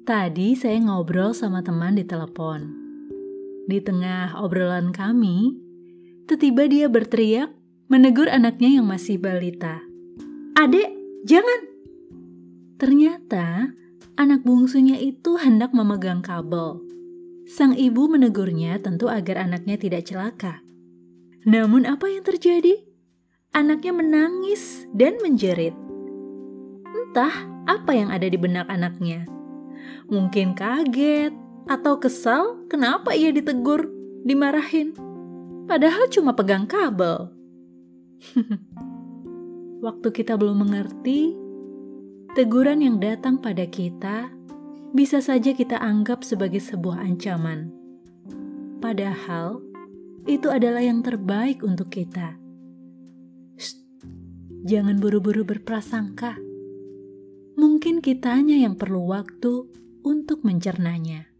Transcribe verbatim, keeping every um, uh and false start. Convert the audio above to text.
Tadi saya ngobrol sama teman di telepon. Di tengah obrolan kami, tiba-tiba dia berteriak menegur anaknya yang masih balita. "Adek, jangan!" Ternyata anak bungsunya itu hendak memegang kabel. Sang ibu menegurnya tentu agar anaknya tidak celaka. Namun apa yang terjadi? Anaknya menangis dan menjerit. Entah apa yang ada di benak anaknya. Mungkin kaget atau kesal kenapa ia ditegur, dimarahin. Padahal cuma pegang kabel. Waktu kita belum mengerti, teguran yang datang pada kita bisa saja kita anggap sebagai sebuah ancaman. Padahal itu adalah yang terbaik untuk kita. Shh, jangan buru-buru berprasangka. Mungkin kitanya yang perlu waktu untuk mencernanya.